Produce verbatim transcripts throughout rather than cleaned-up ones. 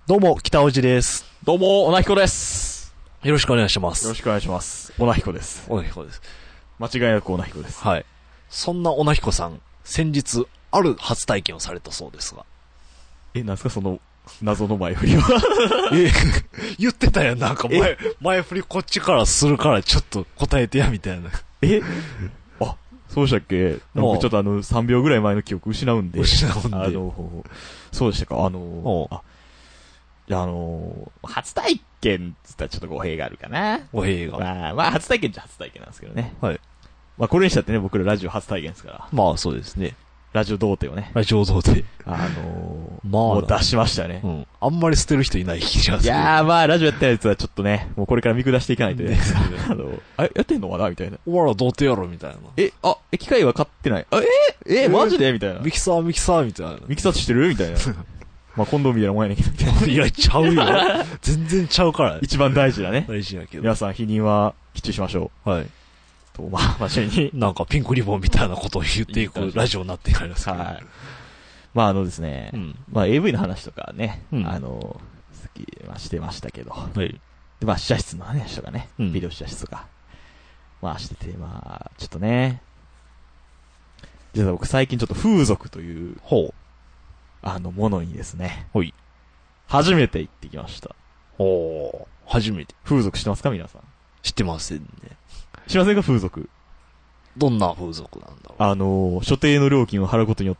どうも、北尾路です。 どうも、おなひこです。 よろしくお願いします。 よろしくお願いします。おなひこです。 おなひこです。 間違いなくおなひこです。 はい。そんなおなひこさん、先日、ある初体験をされたそうですが。 え、なんすかその、謎の前振りは。 え、言ってたやん、なんか前、前振りこっちからするからちょっと答えてや、みたいな。 えあ、そうしたっけなんかちょっとあの、さんびょうぐらい前の記憶失うんで。 失うんで。 あの、そうでしたか、あの、あ、いや、あのー、初体験って言ったらちょっと語弊があるかな。 語弊が。 まあ、まあ、初体験っちゃ初体験なんですけどね。 はい。 まあ、これにしたってね、僕らラジオ初体験ですから。 まあ、そうですね。 ラジオ童貞をね。 ラジオ童貞。 あのー、 まあ、 もう出しましたね。 うん。あんまり捨てる人いない気がする。 いやー、まあ、ラジオやってるやつはちょっとね、もうこれから見下していかないとね。あの、あ、やってんのかなみたいな。 お前ら童貞やろみたいな。 え、あ、え、機械は買ってない。あ、えー、えー、マジでみたいな。 ミキサー、ミキサーみたいな。 ミキサーしてるみたいな。まあ、コンドームみたいなもんやねんけど。 いや、ちゃうよ。全然ちゃうから。 一番大事だね。 大事やけど。 皆さん、否認はきっちりしましょう。はい。 と、まあ、真面目に。 なんかピンクリボンみたいなことを言っていくラジオになっていかれますけど。 はい。まあ、あのですね。うん、まあ、エーブイ の話とかね。うん、あの、さっき、まあ、してましたけど。はい。で、まあ、試写室の話とかね。うん、ビデオ試写室とか。まあ、してて、まあ、ちょっとね。実は僕最近ちょっと風俗という。ほう。あの、ものにですね。ほい。初めて行ってきました。 おー。初めて。 風俗知ってますか皆さん。 知ってませんね。 知りませんか風俗。 どんな風俗なんだろう。 あの、所定の料金を払うことによって、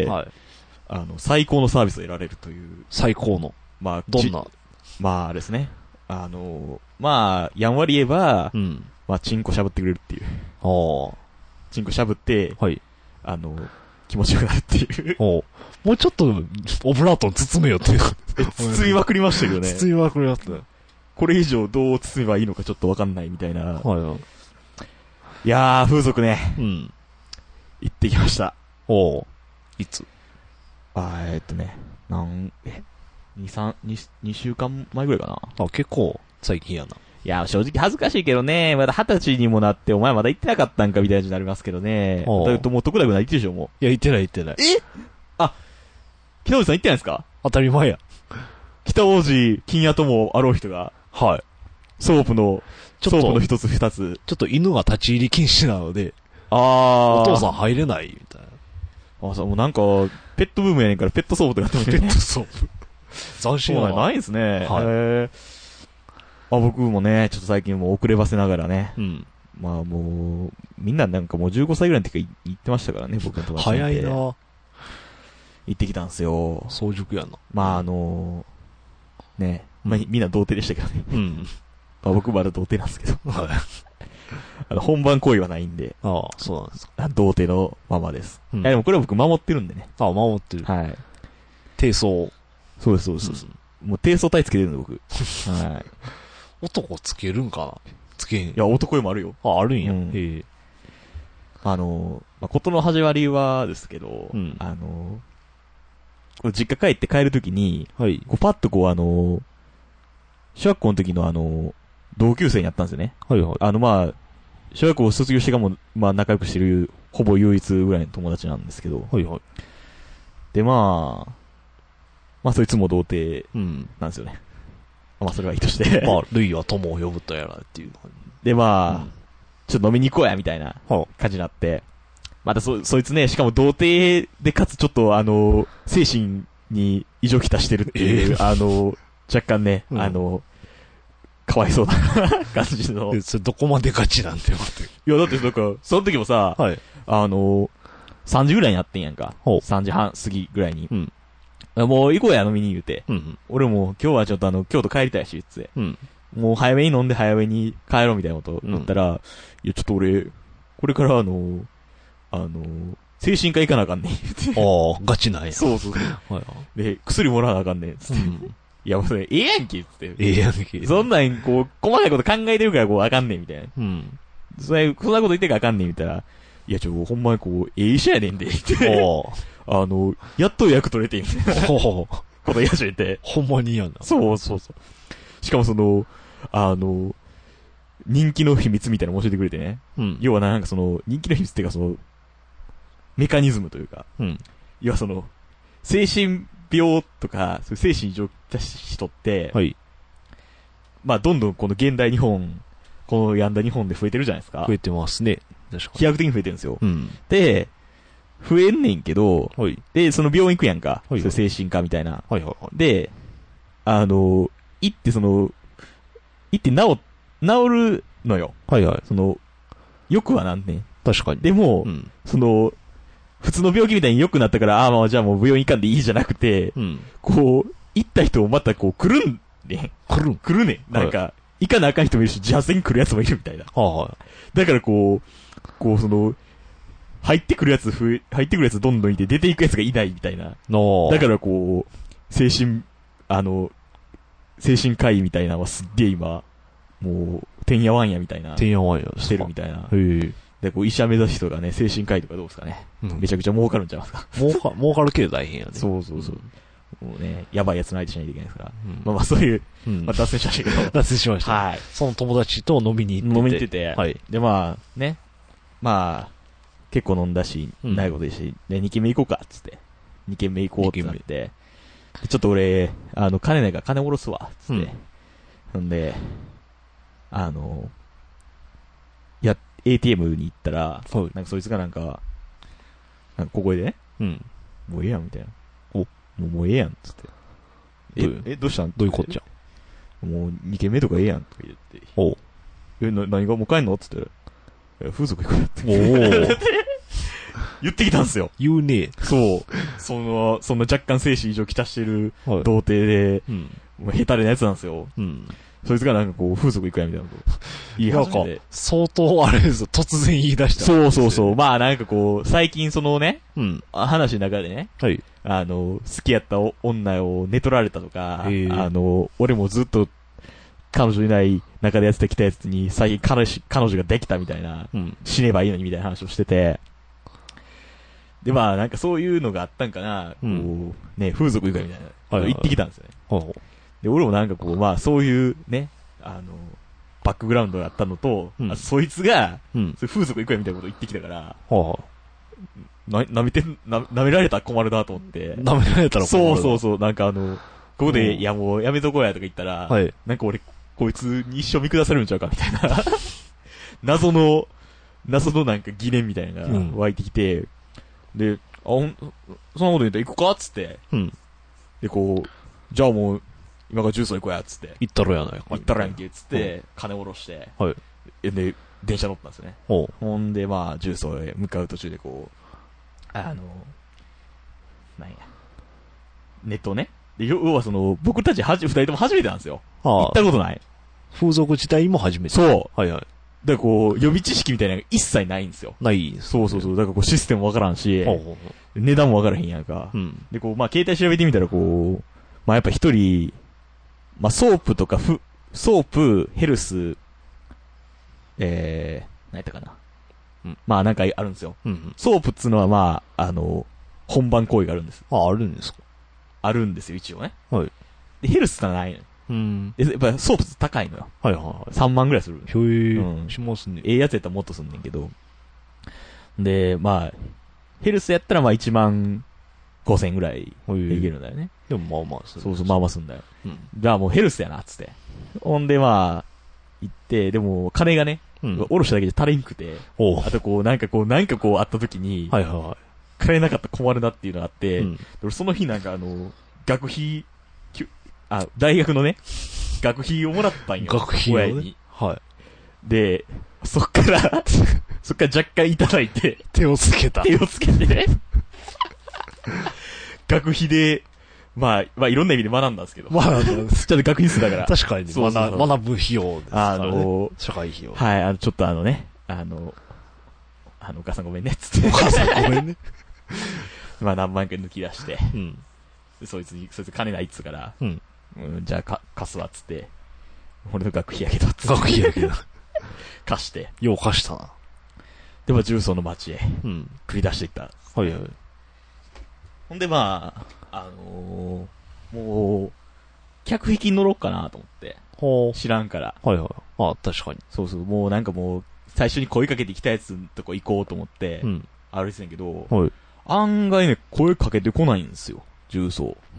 はい。あの、最高のサービスを得られるという。 最高の。 まあ、 どんなまあですね。あの、まあ、やんわり言えば、うん。まあ、チンコしゃぶってくれるっていう。ああ。チンコしゃぶって、はい。あの、気持ちよくなるっていう。 おもうちょっと、オブラートに包めよっていう。 包みまくりましたけどね。 包みまくりました。 これ以上どう包めばいいのかちょっとわかんないみたいな。はいはい。いやー、風俗ね。うん。行ってきました。 おう。いつあー、えー、っとね、なん、え、二、三、二、二週間前ぐらいかな。 あ、結構、最近やな。 いや、正直恥ずかしいけどね、まだ二十歳にもなって、お前まだ行ってなかったんかみたいなになりますけどね。だともう徳田くんは行ってるでしょ、もう。いや、行ってない行ってない。 えあ、北王子さん行ってないんですか？ 当たり前や。 北王子、金屋ともあろう人が。 はい。 ソープの、ソープの一つ二つ。 ちょっと犬が立ち入り禁止なので、 あー。 お父さん入れない、みたいな。あ、そう、もうなんか、ペットブームやねんからペットソープとかやってもペットソープ。斬新やな。ないんですね。はい。へー。あ、僕もね、ちょっと最近もう遅ればせながらね。うん。まあもう、みんななんかもうじゅうごさいぐらいの時から言ってましたからね、僕の友達。 早いなぁ。 行ってきたんですよ。 早熟やな。 まああのー、ね、まあ、みんな童貞でしたけどね。うん。まあ僕まだ童貞なんですけど。はい。あの、本番行為はないんで。 ああ、そうなんですか。 童貞のままです。うん。いやでもこれは僕守ってるんでね。 ああ、守ってる。 はい。 低層。 そうです、そうです。うん、もう低層体つけてるんで僕。はい。 男つけるんかなつけん。 いや、男湯もあるよ。 あ、あるんや。うん、へえ。 あの、まあ、ことの始まりはですけど、うん、あの、実家帰って帰るときに、はい。こうパッとこうあの、小学校の時のあの、同級生にやったんですよね。はいはい。あのまあ、小学校を卒業してからも、まあ仲良くしてる、ほぼ唯一ぐらいの友達なんですけど、はいはい。でまあ、まあそいつも童貞なんですよね。うん、まあそれはいいとして。 まあ、ルイは友を呼ぶとやらっていう。 でまあ、うん、ちょっと飲みに行こうやみたいな感じになって、またそ、そいつね、しかも童貞でかつちょっとあの、精神に異常きたしてるっていう、えー、あの、若干ね、うん、あの、かわいそうな感じの。 それどこまでガチなんて思ってる。 いや、だってなんか、その時もさ、はい、あの、さんじぐらいにやってんやんか。さんじはん過ぎぐらいに。うん、もう行こうや飲みに言うて。うんうん、俺も今日はちょっとあの、京都帰りたいし、つって。うん、もう早めに飲んで早めに帰ろうみたいなこと言ったら、うん、いや、ちょっと俺、これからあの、あの、精神科行かなあかんねん。 ああ、ガチなんや。 そうそうそう。はい、で、薬もらわなあかんねん。つって。うん、いや、もうそれ、ええやんけ、つって。 ええやんけ。 そんなん、こう、細かいこと考えてるからこう、あかんねん、みたいな。うん。それ、そんなこと言ってからあかんねん、みたいな。いや、ちょ、ほんまにこう、ええ医者やねんで、って。あの、やっと予約取れて、みたいな。こと言い始めて。 ほんまに嫌な。 そうそうそう。しかもその、あの、人気の秘密みたいなの教えてくれてね。うん。要はなんかその、人気の秘密っていうかその、メカニズムというか。うん。要はその、精神病とか、そういう精神異常た人って、 はい。 まあ、どんどんこの現代日本、この病んだ日本で増えてるじゃないですか。 増えてますね。確かに。 飛躍的に増えてるんですよ。 うん。 で、増えんねんけど、 はい。 で、その病院行くやんか。 はい、はい。 精神科みたいな。 はいはいはい。 で、あの、行ってその、行って治、治るのよ。 はいはい。 その、よくはなんねん。 確かに。 でも、 うん、 その、普通の病気みたいに良くなったから、ああ、まあじゃあもう病院行かんでいいじゃなくて、 うん、 こう、行った人もまたこう来るんねん。 来るん来るねん。なんか、はい、行かなあかん人もいるし、自発的に来るやつもいるみたいな。 はあ、はい。 だからこう、こうその、入ってくるやつ増え、入ってくるやつどんどんいて、出ていくやつがいないみたいな。だからこう、精神、あの、精神科医みたいなのはすっげえ今、もう、てんやわんやみたいな。 てんやわんやしてるみたいな。 へえ。 で、こう、医者目指す人がね、精神科医とかどうですかね。うん、めちゃくちゃ儲かるんちゃいますか。 儲か、儲かる系大変やね。 そうそうそう。うん、もうね、やばいやつの相手しないといけないですから。うん、まあまあそういう、うん、まあ脱線しましたけど。 脱線しました。 はい。 その友達と飲みに行ってて。 飲みに行ってて。 はい。 で、まあ、ね。まあ、結構飲んだし、ないことですし、で、二軒目行こうか、つって。二軒目行こうってなって。ちょっと俺、あの、金ないから金下ろすわ、つって。うん、んで、あの、や、エーティーエム に行ったら、はい、なんかそいつがなんか、なんか小声でね、うん。もうええやん、みたいな。お、もうもうええやん、つって。え、え、どうしたんどういうこっちゃもうに軒目とかええやん、とか言って。おう。え、な、何がもう帰んのつって。え、風俗行くよって。おー。言ってきたんすよ。 言うね。 そう。その、その若干精神異常きたしてる童貞で、はい、うん、もうヘタレなやつなんですよ。うん。そいつがなんかこう、風俗行くやみたいなこと言い始めて。なんか、 相当あれですよ、突然言い出した、 ね。そうそうそう。まあなんかこう、最近そのね、うん。話の中でね、はい。あの、好きやった女を寝取られたとか、あの、俺もずっと彼女いない中でやってきたやつに、最近彼氏、彼女ができたみたいな、うん。死ねばいいのにみたいな話をしてて、でまあなんかそういうのがあったんかな、うん、こう、ね、風俗行くかみたいな、はいはい、言ってきたんですよね。はいはい、で、俺もなんかこう、まあそういうね、あの、バックグラウンドがあったのと、うん、あそいつが、うん、そ風俗行くやみたいなこと言ってきたから、はあ、な、舐めて、な、舐められたら困るなと思って。 舐められたら困るな。そうそうそう、なんかあの、ここで、いやもうやめとこうやとか言ったら、はい、なんか俺、こいつに一生見下されるんちゃうかみたいな、謎の、謎のなんか疑念みたいなのが湧いてきて、うんで、あ、ほん、そんなこと言ったら行くかっつって。うん。で、こう、じゃあもう、今からジュース行こうやっつって。 行ったろやないか。 行ったろやんけっつって、金下ろして。はい。で、電車乗ったんですよね。ほう。ほんで、まあ、ジュースへ向かう途中でこう、あの、なんや。ネットね。で、要はその、僕たちはじ、二人とも初めてなんですよ。はあ。行ったことない。 風俗自体も初めて。 そう。はいはい。だからこう、予備知識みたいなのが一切ないんですよ。 ない。 そうそうそう。だからこう、システムわからんし、ほうほうほう値段もわからへんやんか。うん。で、こう、まあ、携帯調べてみたらこう、まあ、やっぱ一人、まあ、ソープとかふ、ソープ、ヘルス、えー、何やったかな。うん。まあ、なんかあるんですよ。うん、うん。ソープっつうのはまあ、あの、本番行為があるんです。 あ、あるんですか？ あるんですよ、一応ね。はい。で、ヘルスってのはないのよ。うん。で、やっぱソープ高いのよ。はいはいはい。さんまんぐらいする。 へぇー。うん。しますね。 ええやつやったらもっとすんねんけど。で、まあ、ヘルスやったらまあいちまんごせんぐらいいけるんだよね。 でもまあまあする。そうそう、まあまあすんだよ。うん。じゃあもうヘルスやな、つって。ほんでまあ、行って、でも金がね、うん。おろしただけで足りんくて。おあとこう、なんかこう、なんかこうあった時に、はいはいはい。金なかったら困るなっていうのがあって、うん。俺その日なんかあの、学費、あ、大学のね、学費をもらったんよ。 学費を、ね、親に。 はい。で、そっから、そっから若干いただいて。 手をつけた。 手をつけて。学費で、まあ、まあいろんな意味で学んだんですけど。 学んだんです。 ちょっと学費数だから。 確かに、ね、そうそうそう学、学ぶ費用ですからね。あのー、社会費用。 はい、あの、ちょっとあのね、あの、あの、お母さんごめんね、つって。 お母さんごめんね。 まあ何万円か抜き出して。うん。そいつに、そいつ金ないっつうから。うん。うん、じゃあか、貸すわっつって。俺の学費やけどっつって。 学費やけど。 貸して。 よう貸したな。 で、まあ、重曹の町へ。うん。繰り出していった。はいはい。ほんでまあ、あのー、もう、客引きに乗ろうかなと思って。ほう。知らんから。 はいはい。ああ、確かに。 そうそう。もうなんかもう、最初に声かけてきたやつのとこ行こうと思って、うん。歩いてたんやけど、はい。案外ね、声かけてこないんですよ。 重曹。 うん。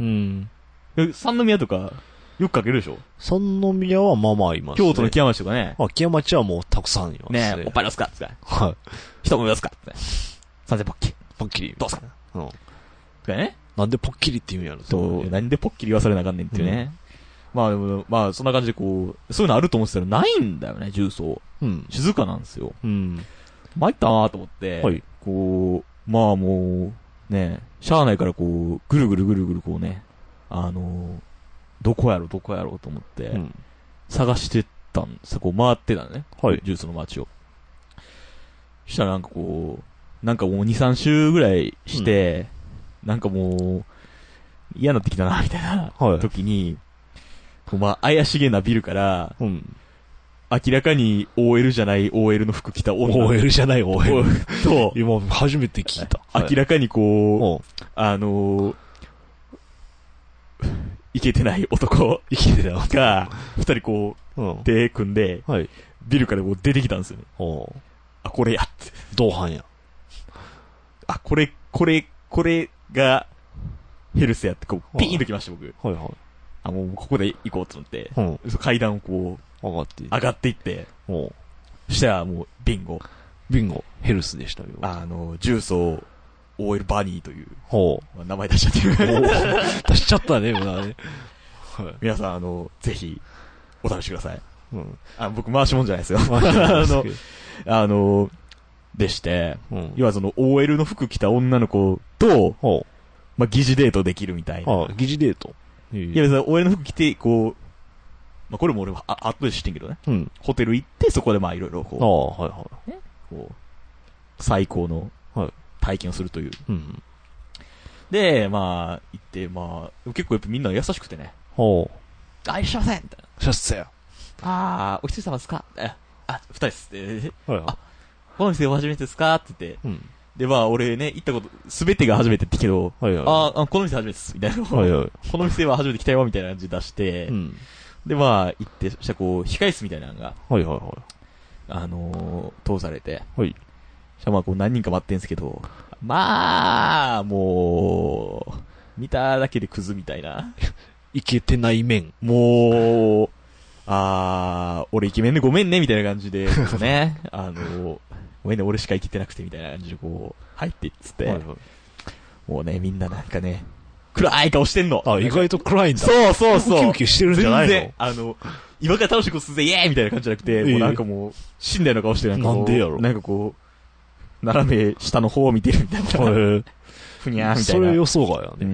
三宮とか、よくかけるでしょ？ 三宮はまあまあいますね。 京都の木屋町とかね。 あ、木屋町はもうたくさんいますね。 ねえ、おっぱい出すかって。 はい。 人も出すかって。三千ポッキリ。 ポッキリ。 どうすか？ うん。 とかね。 なんでポッキリって言うんやろ？ そう、なんでポッキリ言わされなあかんねんっていうね。うん、まあでも、まあそんな感じでこう、そういうのあると思ってたらないんだよね、重曹。うん。静かなんですよ。うん。参ったなと思って、はい。こう、まあもう、ね、しゃあないからこう、ぐるぐるぐるぐるこうね、あの、どこやろどこやろうと思って、うん、探してたんですよ。こう回ってたね。はい。ジュースの街を。そしたらなんかこう、なんかもうに、さん周ぐらいして、うん、なんかもう、嫌になってきたな、みたいな時に、はい、まあ怪しげなビルから、うん、明らかに オーエル じゃない オーエル の服着た女オーエル じゃない オーエル と、今初めて聞いた。 明らかにこう、あのー、いけてない男いけてない男が、二人こう、うん、手組んで、はい、ビルからこう出てきたんですよね。あ、これやって。 同伴や。 あ、これ、これ、これが、ヘルスやって、こう、ピーンときました、僕。はいはい。あ、もう、ここで行こうと思って、うん、階段をこう、 上がって上がっていって、そしたらもう、ビンゴ。 ビンゴ。ヘルスでしたよ。 あの、重曹、オーエル バニーという、ほう。名前出しちゃってる。 出しちゃったね、もうね。はい。 皆さん、あの、ぜひ、お試しください。うん。あ、僕、回しもんじゃないですよ。あの、あの、でして、うん、要はその オーエル の服着た女の子と、ほう。まあ、疑似デートできるみたいな。 ああ、疑似デート。 いや、別に オーエル の服着て、こう、まあ、これも俺は、あ、後で知ってんけどね。うん。ホテル行って、そこでまあ、いろいろこう。ああ、はいはい。ね。 こう、最高の、はい。体験をするという。うん。で、まあ、行って、まあ、結構やっぱみんな優しくてね。ほう。あ、いらっしゃいませみたいな。 しゃっせや。 あー、お一人様ですかえ、あ、二人です。えー、はいはい。あ、この店お初めてですかって言って。うん。で、まあ、俺ね、行ったこと、すべてが初めてってけど、はいはい。ああ、この店初めてです。みたいな。はいはい。この店は初めて来たよ、みたいな感じで出して、うん。で、まあ、行って、そしたらこう、控室みたいなのが、はいはいはい。あのー、通されて、はい。そしたらまあ、こう、何人か待ってんすけど、まあ、もう、見ただけでクズみたいな。 いけてない面。 もう、あー、俺イケメンでごめんね、みたいな感じで、ね、あの、ごめんね、俺しかイケてなくて、みたいな感じでこう、入っていっつって、はいはい、もうね、みんななんかね、暗い顔してんの。 あ、意外と暗いんだ。 そうそうそう。 ウキウキしてるんじゃないの？ 全然、あの、今から楽しいことするぜ、イエーイみたいな感じじゃなくて、えー、もうなんかもう、死んだような顔してなんかこう、 なんでやろ？ なんかこう、斜め下の方を見てるみたいな。ふにゃーみたいな。 それ予想外やね。うん。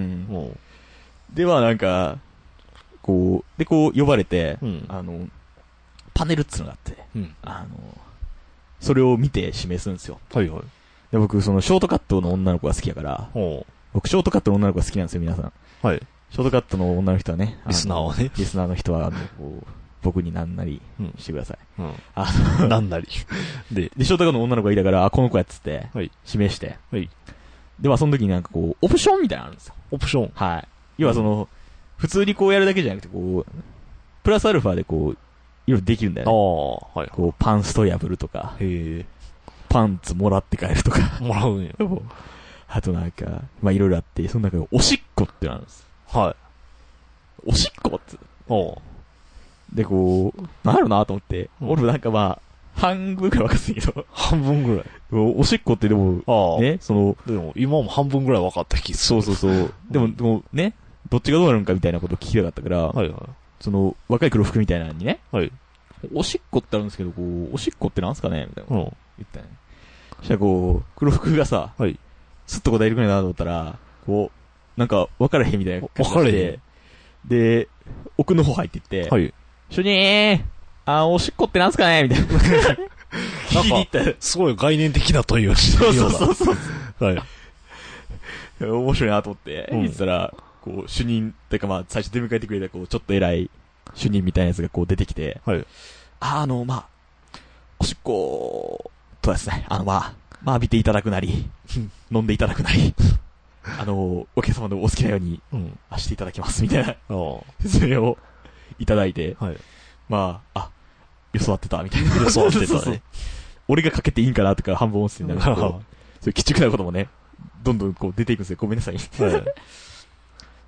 ではなんか、こう、でこう呼ばれて、うん、あの、パネルっつうのがあって、うん、あの、それを見て示すんですよ。はいはい。で僕、その、ショートカットの女の子が好きやから、僕、ショートカットの女の子が好きなんですよ、皆さん。はい。ショートカットの女の人はね、 リスナーはね。 リスナーの人は、あの、こう、僕になんなりしてください。うん。うん、 あの、なんなり。 で、で、ショートカットの女の子がいたから、あ、この子やっつって、はい。示して、はい。で、まあ、その時になんかこう、オプションみたいなのあるんですよ。 オプション？ はい。要はその、うん、普通にこうやるだけじゃなくて、こう、プラスアルファでこう、いろいろできるんだよね。ああ、はい。こう、パンスト破るとか、へえ。パンツもらって帰るとか。 もらうんや。 あとなんか、まあいろいろあって、その中でおしっこってのあるんです。はい。おしっこって。おう。で、こう、なんやろなと思って、うん、俺もなんかまあ、半分くらい分かってんけど。 半分ぐらい。 おしっこってでも、あね、その、 でも今も半分ぐらい分かった気する。そうそうそう。でも、でもね、どっちがどうなるんかみたいなことを聞きたかったから、はいはい。その、若い黒服みたいなのにね、はい。おしっこってあるんですけど、こう、おしっこってなんすかねみたいな。うん。言ったね。そしたらこう、黒服がさ、はい。すっと答えてくれなと思ったら、こう、なんか、分からへんみたいな感じで。分からへん。で、奥の方入っていって、はい。主任あ、おしっこってなんすかねみたいな。 なんか、すごい概念的な問いをしてるような。そうそうそう。はい。 面白いなと思って、うん、言ってたら、こう、主任、ってかまあ、最初出迎えてくれた、こう、ちょっと偉い主任みたいなやつがこう出てきて、はい。あ、あの、まあ、おしっことですね、あの、まあ、まあ、浴びていただくなり、飲んでいただくなり、あの、お客様のお好きなように、うん、していただきます、みたいな、説明をいただいて、はい。まあ、あ、予想ってた、みたいな。 予想ってたね。そうそう俺がかけていいんかなとか半分思ってたんだけど、そういう鬼畜なこともね、どんどんこう出ていくんですよ。ごめんなさい。はい。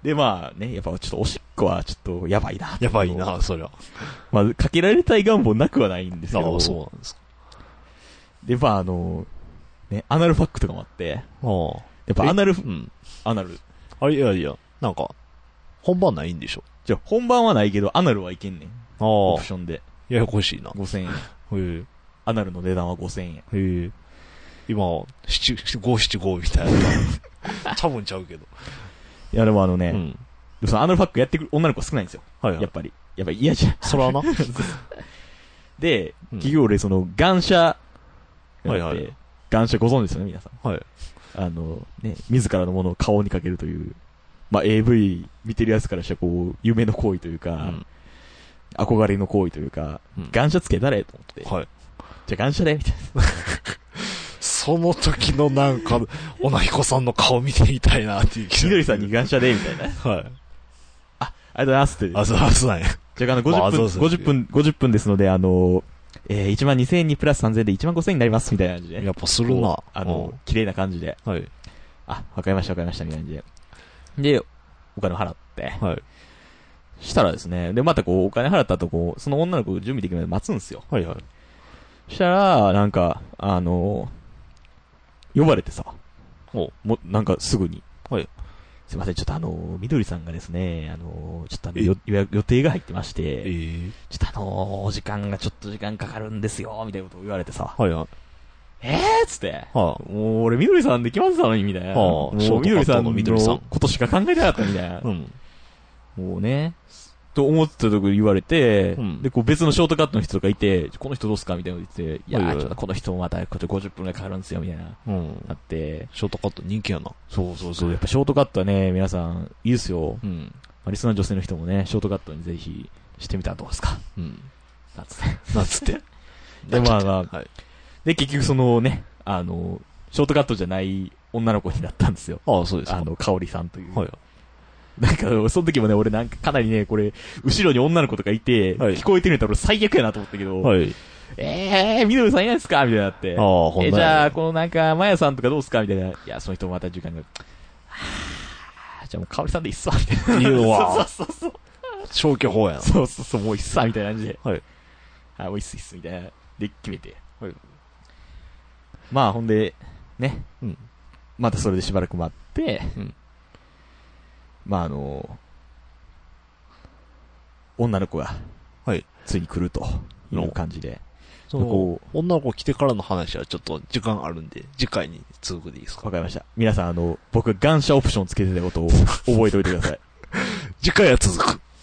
で、まあね、やっぱちょっとおしっこはちょっとやばいな。 やばいな、そりゃ。 まあ、かけられたい願望なくはないんですけど。 ああ、そうなんですか。 で、まああの、ね、アナルファックとかもあって。 ああ。 やっぱアナル、 うん。 アナル。 あ、いやいや、なんか、本番ないんでしょ。 じゃあ、本番はないけど、アナルはいけんねん。ああ。オプションで。 ややこしいな。 ごせんえん。へえ。 アナルの値段はごせんえん。へえ。今、七、五七五みたいな。多分ちゃうけど。 いや、でもあのね、うん、でもそのアナルファックやってくる女の子少ないんですよ。はい、はい。やっぱり。やっぱり嫌じゃん。 そらな。 で、うん、結局俺、その、ガンシャ、はいはい。ガンシャご存知ですよね、皆さん。はい。あの、ね、自らのものを顔にかけるという、まあ、エーブイ 見てるやつからしたら、こう、夢の行為というか、うん、憧れの行為というか、うん、ガンシャつけたれと思って。はい。じゃあガンシャでみたいな。 その時のなんか、おなひこさんの顔見てみたいなっていう気が。 みどりさんにガンシャでみたいな。はい。あ、ありがとうございますって。 あ、そうそうなんや。 じゃあ、あの、ごじゅっぷん、まあ、ごじゅっぷん、ごじゅっぷんですので、あの、えー、いちまんにせんえんにプラスさんぜんえんでいちまんごせんえんになります、みたいな感じで。 やっぱするな。 あの、綺麗な感じで。はい。あ、わかりました、わかりました、みたいな感じで。で、お金を払って。はい。したらですね、で、またこう、お金払った後、こう、その女の子準備できるまで待つんですよ。はいはい。したら、なんか、あの、呼ばれてさ。おも、なんかすぐに。はい。すいません、ちょっとあの、みどりさんがですね、あの、ちょっとあの、よ予定が入ってまして、えー、ちょっとあの、お時間がちょっと時間かかるんですよ、みたいなことを言われてさ。はいはい。えーっつって。はあ、もう俺みどりさんで決まってたのに、みたいな。はあ、もうみどりさんのことしか考えてなかったみたいな。うん。もうね、と思ってたとこ言われて、うん、で、こう別のショートカットの人とかいて、この人どうすかみたいなの言って、いやー、ちょっとこの人もまたごじゅっぷんぐらいかかるんですよ、みたいな。うん。あって。 ショートカット人気やな。 そうそうそう。やっぱショートカットはね、皆さん、いいですよ。うん。まあ、リスナー女性の人もね、ショートカットにぜひしてみたらどうですか。うん。なんつって。 なんつって。 で、まあまあ、はい。で、結局そのね、あの、ショートカットじゃない女の子になったんですよ。 ああ、そうですか。 あの、かおりさんという。はい。なんか、その時もね、俺なんかかなりね、これ、後ろに女の子とかいて、はい、聞こえてるんだったら俺最悪やなと思ったけど、はい。えー、みどりさんいないですかみたいになって。ああ、ほんとに。え、じゃあ、このなんか、まやさんとかどうすかみたいな。いや、その人もまた時間が、はぁ、じゃあもうかおりさんでいいっすわ、みたいな。 言うわ。 そうそうそう。 消去法やな。 そうそうそう、もういいっすわ、みたいな感じで。はい。あ、もういいっすいいっす、みたいな。で、決めて。はい。まあ、ほんで、ね。うん。またそれでしばらく待って、うん。まああの、女の子が、はい。ついに来るという感じで。 その、女の子来てからの話はちょっと時間あるんで、次回に続くでいいですか？ わかりました。皆さんあの、僕がガンシャオプションつけてたことを覚えておいてください。 次回は続く。